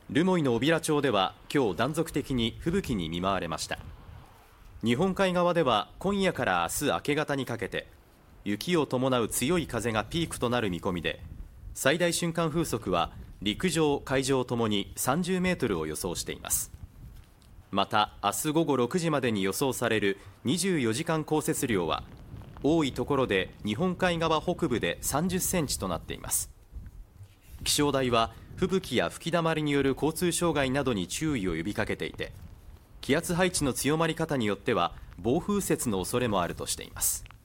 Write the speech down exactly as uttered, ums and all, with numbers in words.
留萌の小平町では今日断続的に吹雪に見舞われました。日本海側では今夜から明日明け方にかけて雪を伴う強い風がピークとなる見込みで、最大瞬間風速は陸上海上ともにさんじゅうメートルを予想しています。また明日午後ろくじまでに予想されるにじゅうよじかん降雪量は多いところで日本海側北部でさんじゅっセンチとなっています。気象台は吹雪や吹きだまりによる交通障害などに注意を呼びかけていて、気圧配置の強まり方によっては暴風雪の恐れもあるとしています。